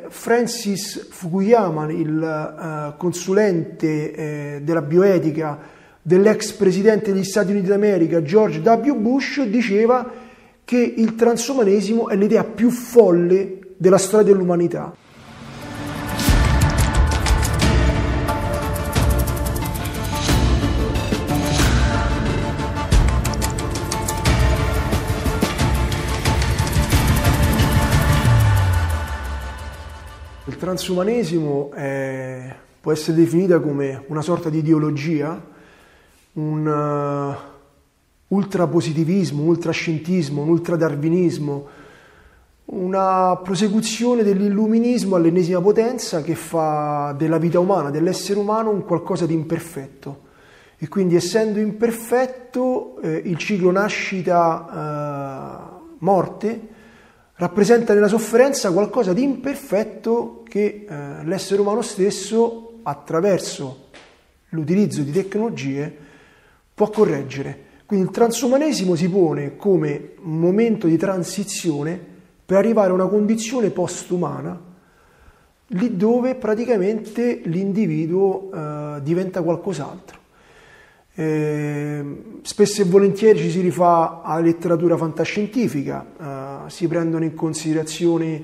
Francis Fukuyama, il consulente della bioetica dell'ex presidente degli Stati Uniti d'America George W. Bush, diceva che il transumanesimo è l'idea più folle della storia dell'umanità. Il transumanesimo può essere definita come una sorta di ideologia, un ultrapositivismo, un ultrascientismo, un ultradarwinismo, una prosecuzione dell'illuminismo all'ennesima potenza che fa della vita umana, dell'essere umano, un qualcosa di imperfetto. E quindi, essendo imperfetto, il ciclo nascita-morte rappresenta nella sofferenza qualcosa di imperfetto che l'essere umano stesso, attraverso l'utilizzo di tecnologie, può correggere. Quindi il transumanesimo si pone come un momento di transizione per arrivare a una condizione postumana, lì dove praticamente l'individuo diventa qualcos'altro. Spesso e volentieri ci si rifà alla letteratura fantascientifica, si prendono in considerazione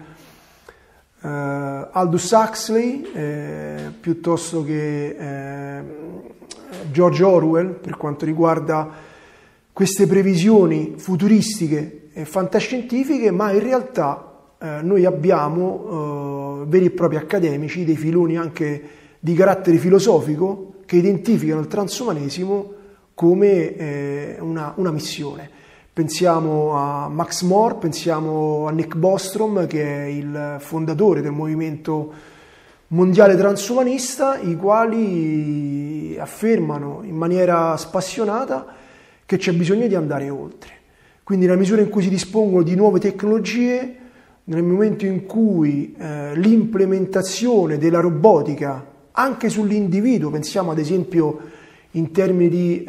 Aldous Huxley piuttosto che George Orwell per quanto riguarda queste previsioni futuristiche e fantascientifiche, ma in realtà noi abbiamo veri e propri accademici, dei filoni anche di carattere filosofico, che identificano il transumanesimo come una missione. Pensiamo a Max More, pensiamo a Nick Bostrom, che è il fondatore del movimento mondiale transumanista, i quali affermano in maniera spassionata che c'è bisogno di andare oltre. Quindi nella misura in cui si dispongono di nuove tecnologie, nel momento in cui l'implementazione della robotica anche sull'individuo, pensiamo ad esempio in termini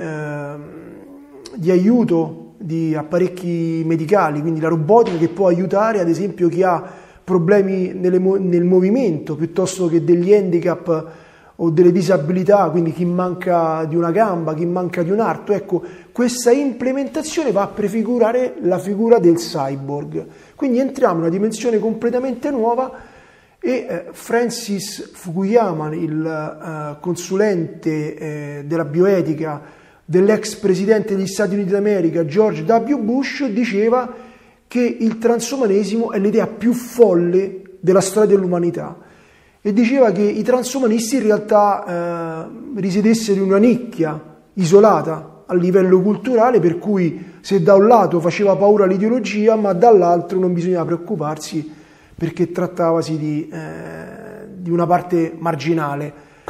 di aiuto di apparecchi medicali, quindi la robotica che può aiutare ad esempio chi ha problemi nel movimento piuttosto che degli handicap o delle disabilità, quindi chi manca di una gamba, chi manca di un arto. Ecco, questa implementazione va a prefigurare la figura del cyborg. Quindi entriamo in una dimensione completamente nuova. E Francis Fukuyama, il consulente della bioetica dell'ex presidente degli Stati Uniti d'America George W. Bush, diceva che il transumanesimo è l'idea più folle della storia dell'umanità e diceva che i transumanisti in realtà risiedessero in una nicchia isolata a livello culturale, per cui se da un lato faceva paura l'ideologia, ma dall'altro non bisognava preoccuparsi perché trattavasi di una parte marginale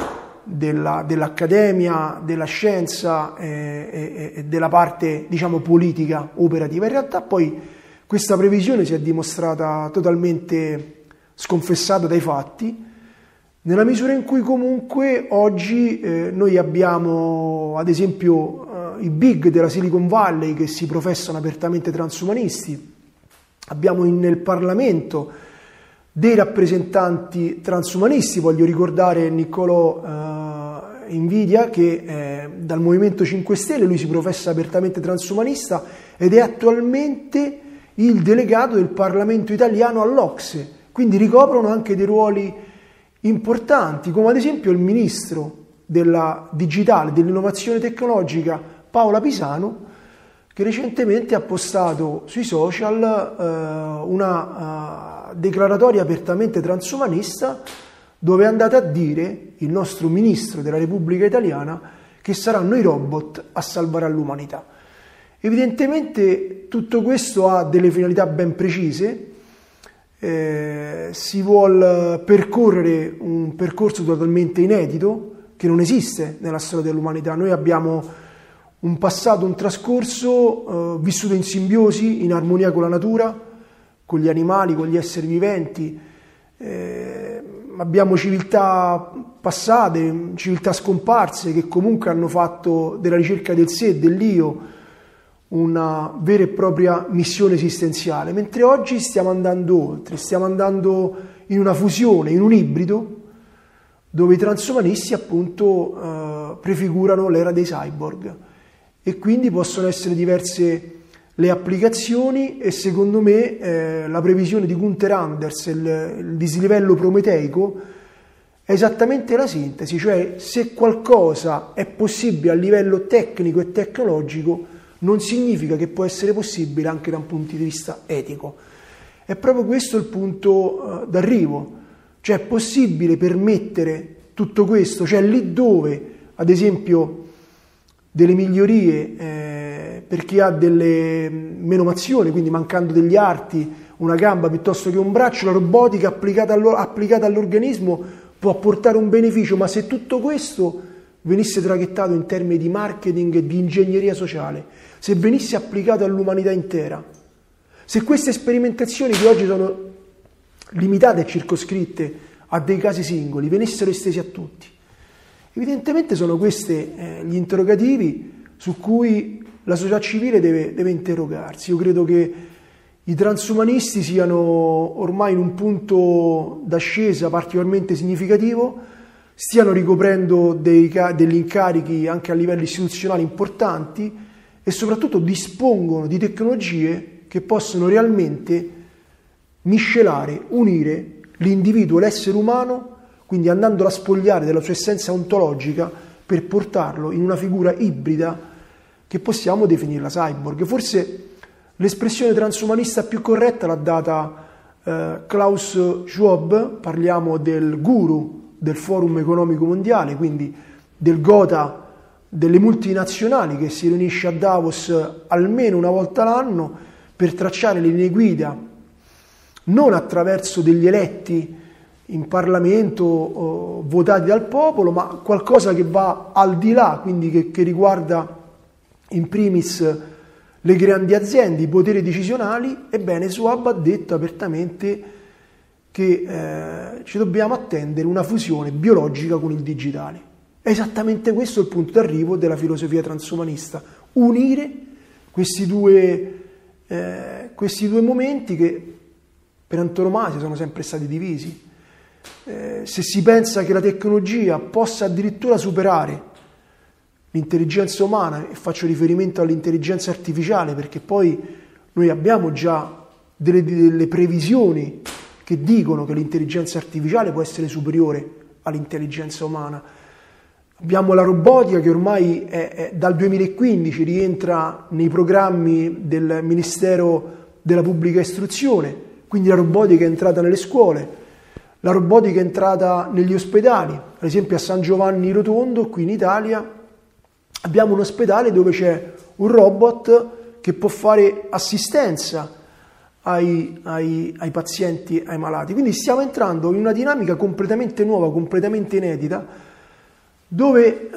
dell'accademia, della scienza e della parte, diciamo, politica operativa. In realtà poi questa previsione si è dimostrata totalmente sconfessata dai fatti, nella misura in cui comunque oggi noi abbiamo ad esempio i big della Silicon Valley che si professano apertamente transumanisti, abbiamo nel Parlamento dei rappresentanti transumanisti. Voglio ricordare Niccolò Invidia che dal Movimento 5 Stelle lui si professa apertamente transumanista ed è attualmente il delegato del Parlamento italiano all'OCSE, quindi ricoprono anche dei ruoli importanti, come ad esempio il ministro della digitale, dell'innovazione tecnologica Paola Pisano, che recentemente ha postato sui social una declaratoria apertamente transumanista, dove è andata a dire, il nostro ministro della Repubblica Italiana, che saranno i robot a salvare l'umanità. Evidentemente tutto questo ha delle finalità ben precise, si vuol percorrere un percorso totalmente inedito che non esiste nella storia dell'umanità. Noi abbiamo un passato, un trascorso vissuto in simbiosi, in armonia con la natura, con gli animali, con gli esseri viventi. Abbiamo civiltà passate, civiltà scomparse che comunque hanno fatto della ricerca del sé e dell'io una vera e propria missione esistenziale, mentre oggi stiamo andando oltre, stiamo andando in una fusione, in un ibrido, dove i transumanisti appunto prefigurano l'era dei cyborg, e quindi possono essere diverse le applicazioni, e secondo me la previsione di Gunther Anders, il dislivello prometeico, è esattamente la sintesi, cioè se qualcosa è possibile a livello tecnico e tecnologico non significa che può essere possibile anche da un punto di vista etico. È proprio questo il punto d'arrivo, cioè è possibile permettere tutto questo, cioè lì dove ad esempio delle migliorie per chi ha delle menomazioni, quindi mancando degli arti, una gamba piuttosto che un braccio, la robotica applicata all'organismo può portare un beneficio, ma se tutto questo venisse traghettato in termini di marketing e di ingegneria sociale, se venisse applicato all'umanità intera, se queste sperimentazioni che oggi sono limitate e circoscritte a dei casi singoli venissero estesi a tutti, evidentemente sono questi gli interrogativi su cui la società civile deve interrogarsi. Io credo che i transumanisti siano ormai in un punto d'ascesa particolarmente significativo, stiano ricoprendo degli incarichi anche a livello istituzionale importanti e soprattutto dispongono di tecnologie che possono realmente miscelare, unire l'individuo, l'essere umano, quindi andandolo a spogliare della sua essenza ontologica per portarlo in una figura ibrida che possiamo definirla cyborg. Forse l'espressione transumanista più corretta l'ha data Klaus Schwab, parliamo del guru del Forum Economico Mondiale, quindi del gotha delle multinazionali che si riunisce a Davos almeno una volta l'anno per tracciare le linee guida, non attraverso degli eletti in Parlamento votati dal popolo, ma qualcosa che va al di là, quindi che riguarda in primis le grandi aziende, i poteri decisionali. Ebbene, Schwab ha detto apertamente che ci dobbiamo attendere una fusione biologica con il digitale. È esattamente questo il punto d'arrivo della filosofia transumanista, unire questi due momenti che per antonomasia sono sempre stati divisi. Se si pensa che la tecnologia possa addirittura superare l'intelligenza umana, e faccio riferimento all'intelligenza artificiale perché poi noi abbiamo già delle previsioni che dicono che l'intelligenza artificiale può essere superiore all'intelligenza umana. Abbiamo la robotica che ormai è dal 2015 rientra nei programmi del Ministero della Pubblica Istruzione, quindi la robotica è entrata nelle scuole, la robotica è entrata negli ospedali. Ad esempio a San Giovanni Rotondo, qui in Italia, abbiamo un ospedale dove c'è un robot che può fare assistenza ai pazienti, ai malati. Quindi stiamo entrando in una dinamica completamente nuova, completamente inedita, dove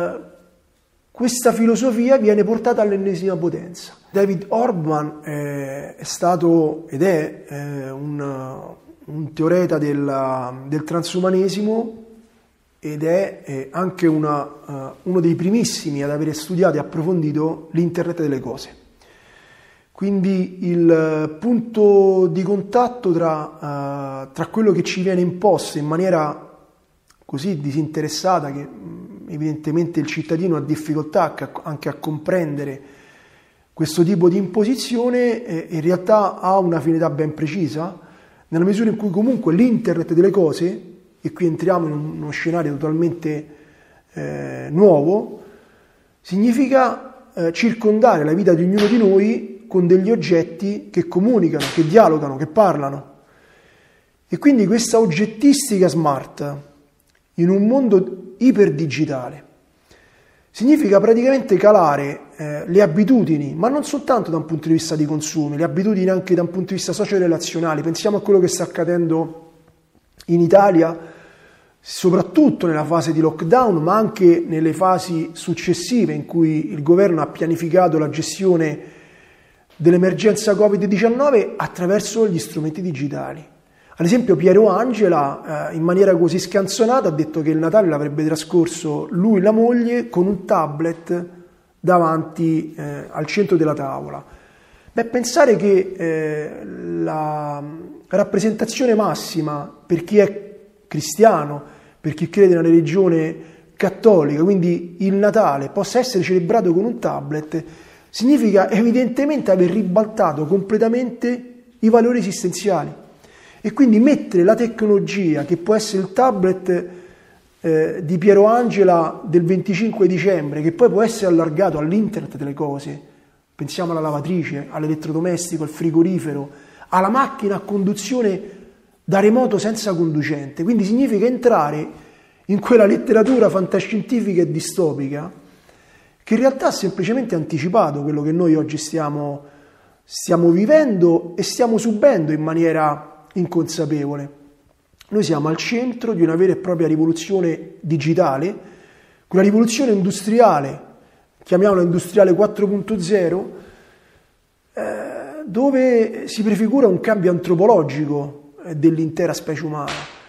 questa filosofia viene portata all'ennesima potenza. David Hordman è stato ed è un teoreta del transumanesimo ed è anche uno dei primissimi ad avere studiato e approfondito l'internet delle cose. Quindi il punto di contatto tra quello che ci viene imposto in maniera così disinteressata che evidentemente il cittadino ha difficoltà anche a comprendere questo tipo di imposizione, in realtà ha una finalità ben precisa, nella misura in cui comunque l'internet delle cose, e qui entriamo in uno scenario totalmente nuovo, significa circondare la vita di ognuno di noi con degli oggetti che comunicano, che dialogano, che parlano. E quindi questa oggettistica smart in un mondo iperdigitale significa praticamente calare le abitudini, ma non soltanto da un punto di vista di consumi, le abitudini anche da un punto di vista socio-relazionale. Pensiamo a quello che sta accadendo in Italia, soprattutto nella fase di lockdown, ma anche nelle fasi successive in cui il governo ha pianificato la gestione dell'emergenza Covid-19 attraverso gli strumenti digitali. Ad esempio Piero Angela, in maniera così scanzonata, ha detto che il Natale l'avrebbe trascorso lui e la moglie con un tablet davanti al centro della tavola. Pensare che la rappresentazione massima per chi è cristiano, per chi crede nella religione cattolica, quindi il Natale possa essere celebrato con un tablet, significa evidentemente aver ribaltato completamente i valori esistenziali. E quindi mettere la tecnologia, che può essere il tablet di Piero Angela del 25 dicembre, che poi può essere allargato all'internet delle cose, pensiamo alla lavatrice, all'elettrodomestico, al frigorifero, alla macchina a conduzione da remoto senza conducente. Quindi significa entrare in quella letteratura fantascientifica e distopica che in realtà ha semplicemente anticipato quello che noi oggi stiamo vivendo e stiamo subendo in maniera inconsapevole. Noi siamo al centro di una vera e propria rivoluzione digitale, quella rivoluzione industriale, chiamiamola industriale 4.0, dove si prefigura un cambio antropologico dell'intera specie umana.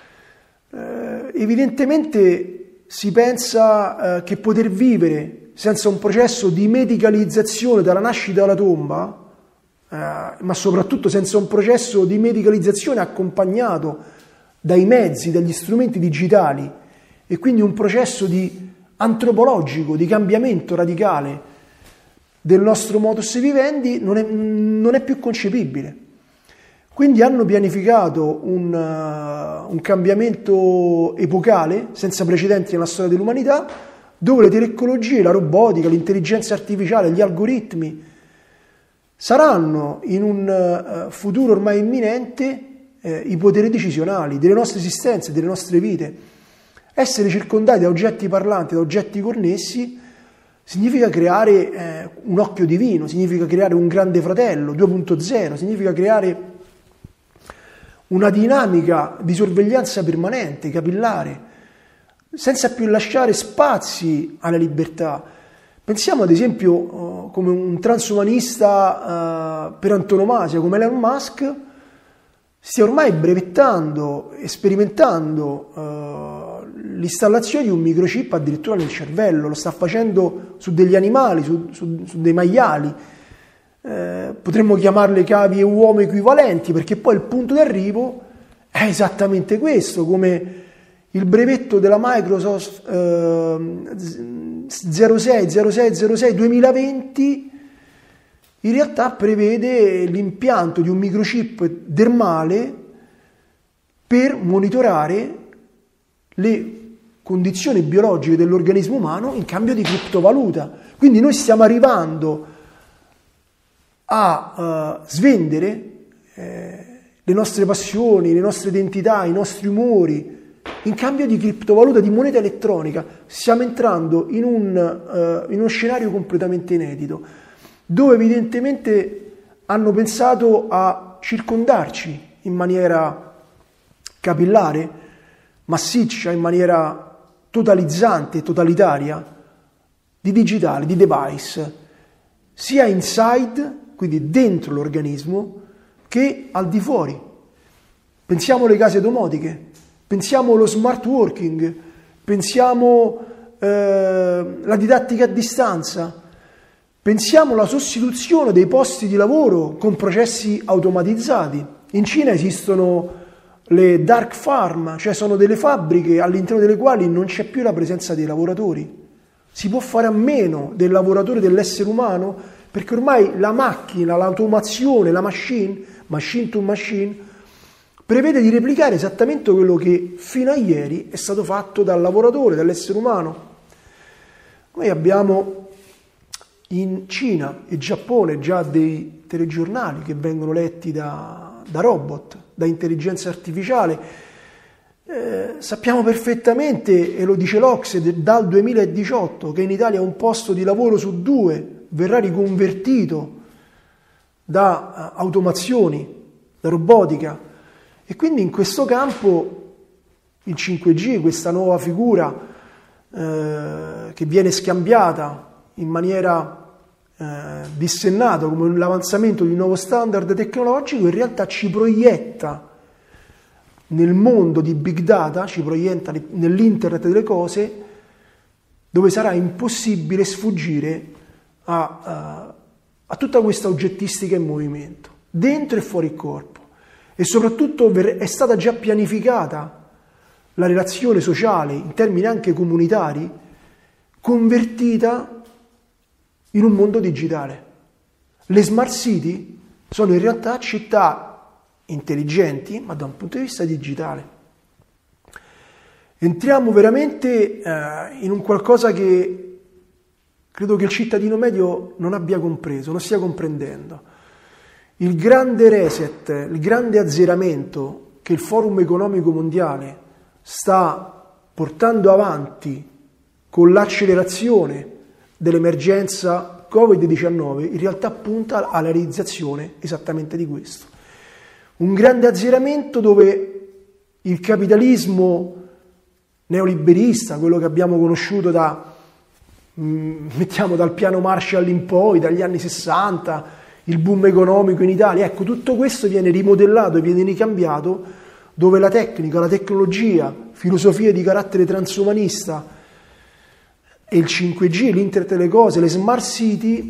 Evidentemente si pensa che poter vivere senza un processo di medicalizzazione dalla nascita alla tomba, ma soprattutto senza un processo di medicalizzazione accompagnato dai mezzi, dagli strumenti digitali, e quindi un processo di antropologico, di cambiamento radicale del nostro modus vivendi non è più concepibile. Quindi hanno pianificato un cambiamento epocale senza precedenti nella storia dell'umanità, dove le tecnologie, la robotica, l'intelligenza artificiale, gli algoritmi saranno in un futuro ormai imminente i poteri decisionali delle nostre esistenze, delle nostre vite. Essere circondati da oggetti parlanti, da oggetti connessi, significa creare un occhio divino, significa creare un grande fratello 2.0, significa creare una dinamica di sorveglianza permanente, capillare, senza più lasciare spazi alla libertà. Pensiamo ad esempio come un transumanista per antonomasia come Elon Musk stia ormai brevettando e sperimentando l'installazione di un microchip addirittura nel cervello. Lo sta facendo su degli animali, su dei maiali. Potremmo chiamarle cavie uomo equivalenti, perché poi il punto d'arrivo è esattamente questo, come il brevetto della Microsoft 060606-2020 in realtà prevede l'impianto di un microchip dermale per monitorare le condizioni biologiche dell'organismo umano in cambio di criptovaluta. Quindi noi stiamo arrivando a svendere le nostre passioni, le nostre identità, i nostri umori in cambio di criptovaluta, di moneta elettronica. Stiamo entrando in uno scenario completamente inedito, dove evidentemente hanno pensato a circondarci in maniera capillare, massiccia, in maniera totalizzante, totalitaria, di digitale, di device, sia inside, quindi dentro l'organismo, che al di fuori. Pensiamo alle case domotiche, pensiamo allo smart working, pensiamo alla didattica a distanza, pensiamo alla sostituzione dei posti di lavoro con processi automatizzati. In Cina esistono le dark farm, cioè sono delle fabbriche all'interno delle quali non c'è più la presenza dei lavoratori. Si può fare a meno del lavoratore, dell'essere umano, perché ormai la macchina, l'automazione, la machine to machine, prevede di replicare esattamente quello che fino a ieri è stato fatto dal lavoratore, dall'essere umano. Noi abbiamo in Cina e Giappone già dei telegiornali che vengono letti da robot, da intelligenza artificiale. Sappiamo perfettamente, e lo dice l'Ocse dal 2018, che in Italia un posto di lavoro su 2 verrà riconvertito da automazioni, da robotica. E quindi in questo campo il 5G, questa nuova figura che viene scambiata in maniera dissennata come l'avanzamento di un nuovo standard tecnologico, in realtà ci proietta nel mondo di big data, ci proietta nell'internet delle cose, dove sarà impossibile sfuggire a tutta questa oggettistica in movimento, dentro e fuori il corpo. e soprattutto è stata già pianificata la relazione sociale in termini anche comunitari, convertita in un mondo digitale. Le smart city sono in realtà città intelligenti, ma da un punto di vista digitale. Entriamo veramente in un qualcosa che credo che il cittadino medio non abbia compreso, non stia comprendendo. Il grande reset, il grande azzeramento che il Forum Economico Mondiale sta portando avanti con l'accelerazione dell'emergenza Covid-19, in realtà punta alla realizzazione esattamente di questo. Un grande azzeramento dove il capitalismo neoliberista, quello che abbiamo conosciuto dal piano Marshall in poi, dagli anni 60, il boom economico in Italia, ecco, tutto questo viene rimodellato e viene ricambiato, dove la tecnica, la tecnologia, filosofie di carattere transumanista e il 5G, l'Internet delle cose, le smart city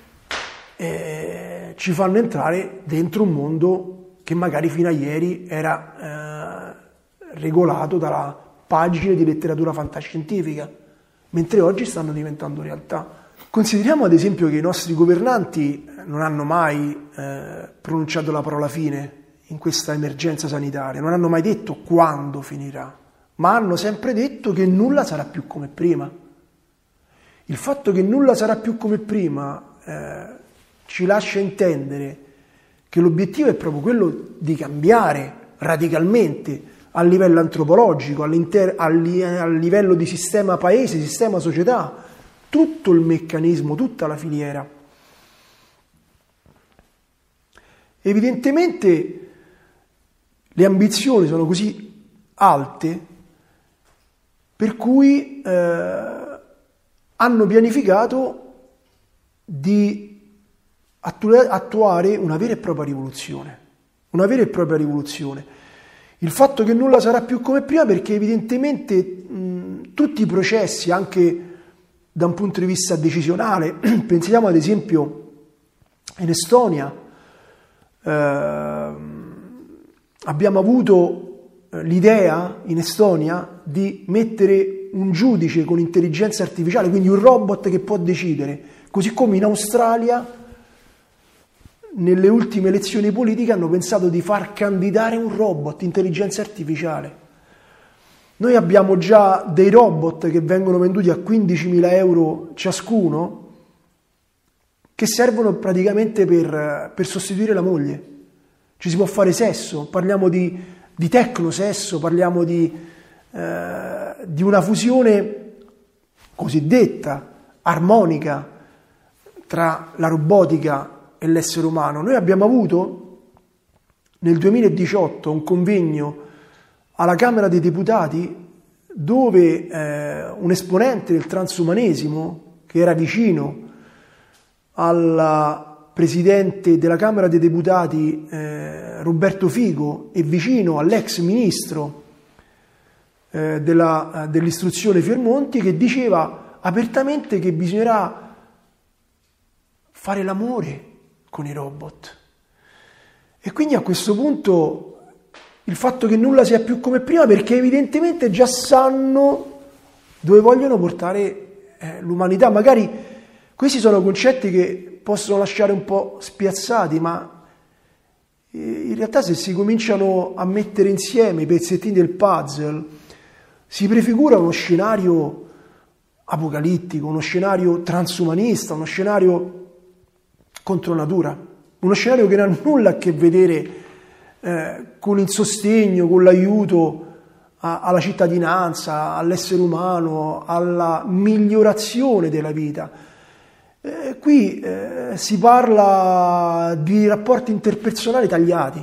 ci fanno entrare dentro un mondo che magari fino a ieri era regolato dalla pagine di letteratura fantascientifica, mentre oggi stanno diventando realtà. Consideriamo ad esempio che i nostri governanti non hanno mai pronunciato la parola fine in questa emergenza sanitaria, non hanno mai detto quando finirà, ma hanno sempre detto che nulla sarà più come prima. Il fatto che nulla sarà più come prima ci lascia intendere che l'obiettivo è proprio quello di cambiare radicalmente a livello antropologico, a livello di sistema paese, sistema società, tutto il meccanismo, tutta la filiera. Evidentemente le ambizioni sono così alte per cui hanno pianificato di attuare una vera e propria rivoluzione. Una vera e propria rivoluzione. Il fatto che nulla sarà più come prima perché evidentemente tutti i processi, anche da un punto di vista decisionale, pensiamo ad esempio in Estonia, abbiamo avuto l'idea in Estonia di mettere un giudice con intelligenza artificiale, quindi un robot che può decidere, così come in Australia nelle ultime elezioni politiche hanno pensato di far candidare un robot, intelligenza artificiale. Noi abbiamo già dei robot che vengono venduti a 15.000 euro ciascuno, che servono praticamente per sostituire la moglie. Ci si può fare sesso, parliamo di tecnosesso, parliamo di una fusione cosiddetta armonica tra la robotica e l'essere umano. Noi abbiamo avuto nel 2018 un convegno alla Camera dei Deputati dove un esponente del transumanesimo che era vicino al presidente della Camera dei Deputati Roberto Fico e vicino all'ex ministro dell'istruzione Fiermonti, che diceva apertamente che bisognerà fare l'amore con i robot. E quindi a questo punto il fatto che nulla sia più come prima, perché evidentemente già sanno dove vogliono portare l'umanità. Magari questi sono concetti che possono lasciare un po' spiazzati, ma in realtà se si cominciano a mettere insieme i pezzettini del puzzle si prefigura uno scenario apocalittico, uno scenario transumanista, uno scenario contro natura, uno scenario che non ha nulla a che vedere con il sostegno, con l'aiuto alla cittadinanza, all'essere umano, alla migliorazione della vita. Qui si parla di rapporti interpersonali tagliati,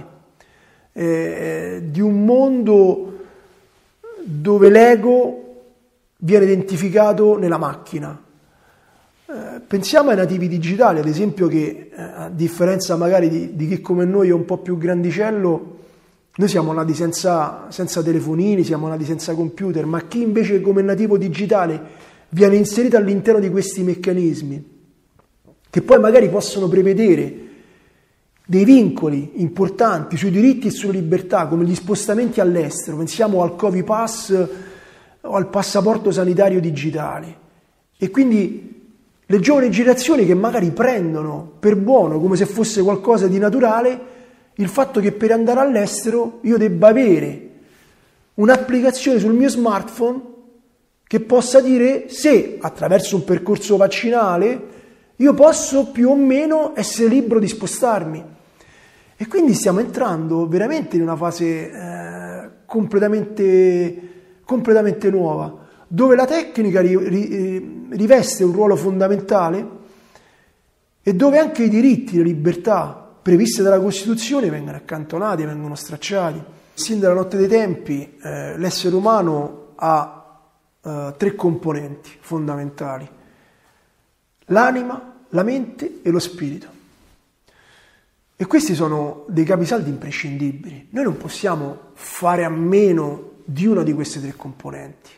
di un mondo dove l'ego viene identificato nella macchina. Pensiamo ai nativi digitali, ad esempio, che a differenza magari di chi come noi è un po' più grandicello, noi siamo nati senza telefonini, siamo nati senza computer, ma chi invece come nativo digitale viene inserito all'interno di questi meccanismi, che poi magari possono prevedere dei vincoli importanti sui diritti e sulle libertà, come gli spostamenti all'estero, pensiamo al Covid Pass o al passaporto sanitario digitale. E quindi le giovani generazioni che magari prendono per buono, come se fosse qualcosa di naturale, il fatto che per andare all'estero io debba avere un'applicazione sul mio smartphone che possa dire se attraverso un percorso vaccinale io posso più o meno essere libero di spostarmi. E quindi stiamo entrando veramente in una fase completamente nuova, dove la tecnica riveste un ruolo fondamentale e dove anche i diritti e le libertà previste dalla Costituzione vengono accantonati, vengono stracciati. Sin dalla notte dei tempi l'essere umano ha 3 componenti fondamentali: l'anima, la mente e lo spirito. E questi sono dei capisaldi imprescindibili. Noi non possiamo fare a meno di una di queste 3 componenti.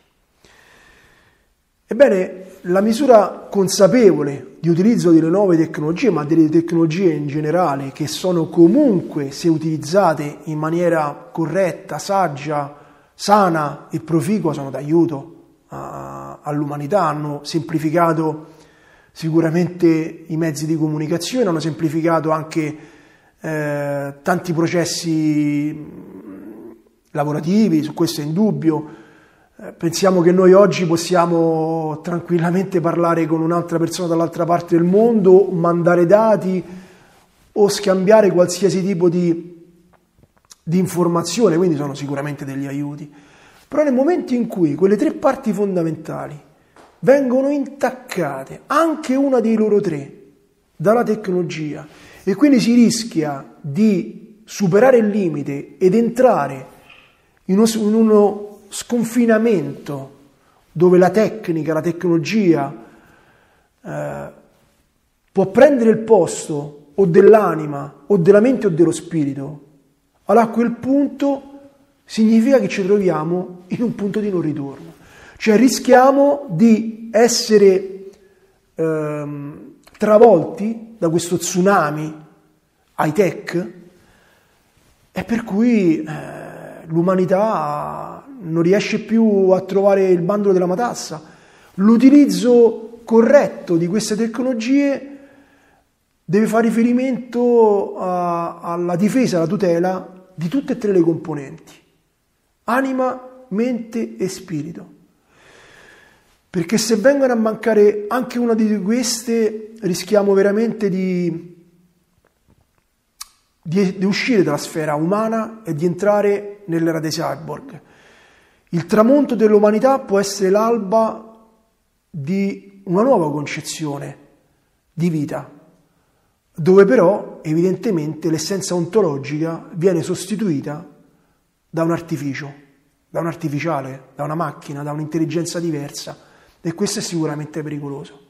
Ebbene, la misura consapevole di utilizzo delle nuove tecnologie, ma delle tecnologie in generale, che sono comunque, se utilizzate in maniera corretta, saggia, sana e proficua, sono d'aiuto all'umanità, hanno semplificato sicuramente i mezzi di comunicazione, hanno semplificato anche tanti processi lavorativi, su questo è indubbio. Pensiamo che noi oggi possiamo tranquillamente parlare con un'altra persona dall'altra parte del mondo, mandare dati o scambiare qualsiasi tipo di informazione, quindi sono sicuramente degli aiuti. Però nel momento in cui quelle 3 parti fondamentali vengono intaccate, anche una dei loro 3, dalla tecnologia, e quindi si rischia di superare il limite ed entrare in uno sconfinamento dove la tecnica, la tecnologia può prendere il posto o dell'anima o della mente o dello spirito, allora a quel punto significa che ci troviamo in un punto di non ritorno, cioè rischiamo di essere travolti da questo tsunami high tech, e per cui l'umanità non riesce più a trovare il bandolo della matassa. L'utilizzo corretto di queste tecnologie deve fare riferimento alla difesa, alla tutela di tutte e 3 le componenti: anima, mente e spirito. Perché se vengono a mancare anche una di queste, rischiamo veramente di uscire dalla sfera umana e di entrare nell'era dei cyborg. Il tramonto dell'umanità può essere l'alba di una nuova concezione di vita, dove però evidentemente l'essenza ontologica viene sostituita da un artificio, da un artificiale, da una macchina, da un'intelligenza diversa, e questo è sicuramente pericoloso.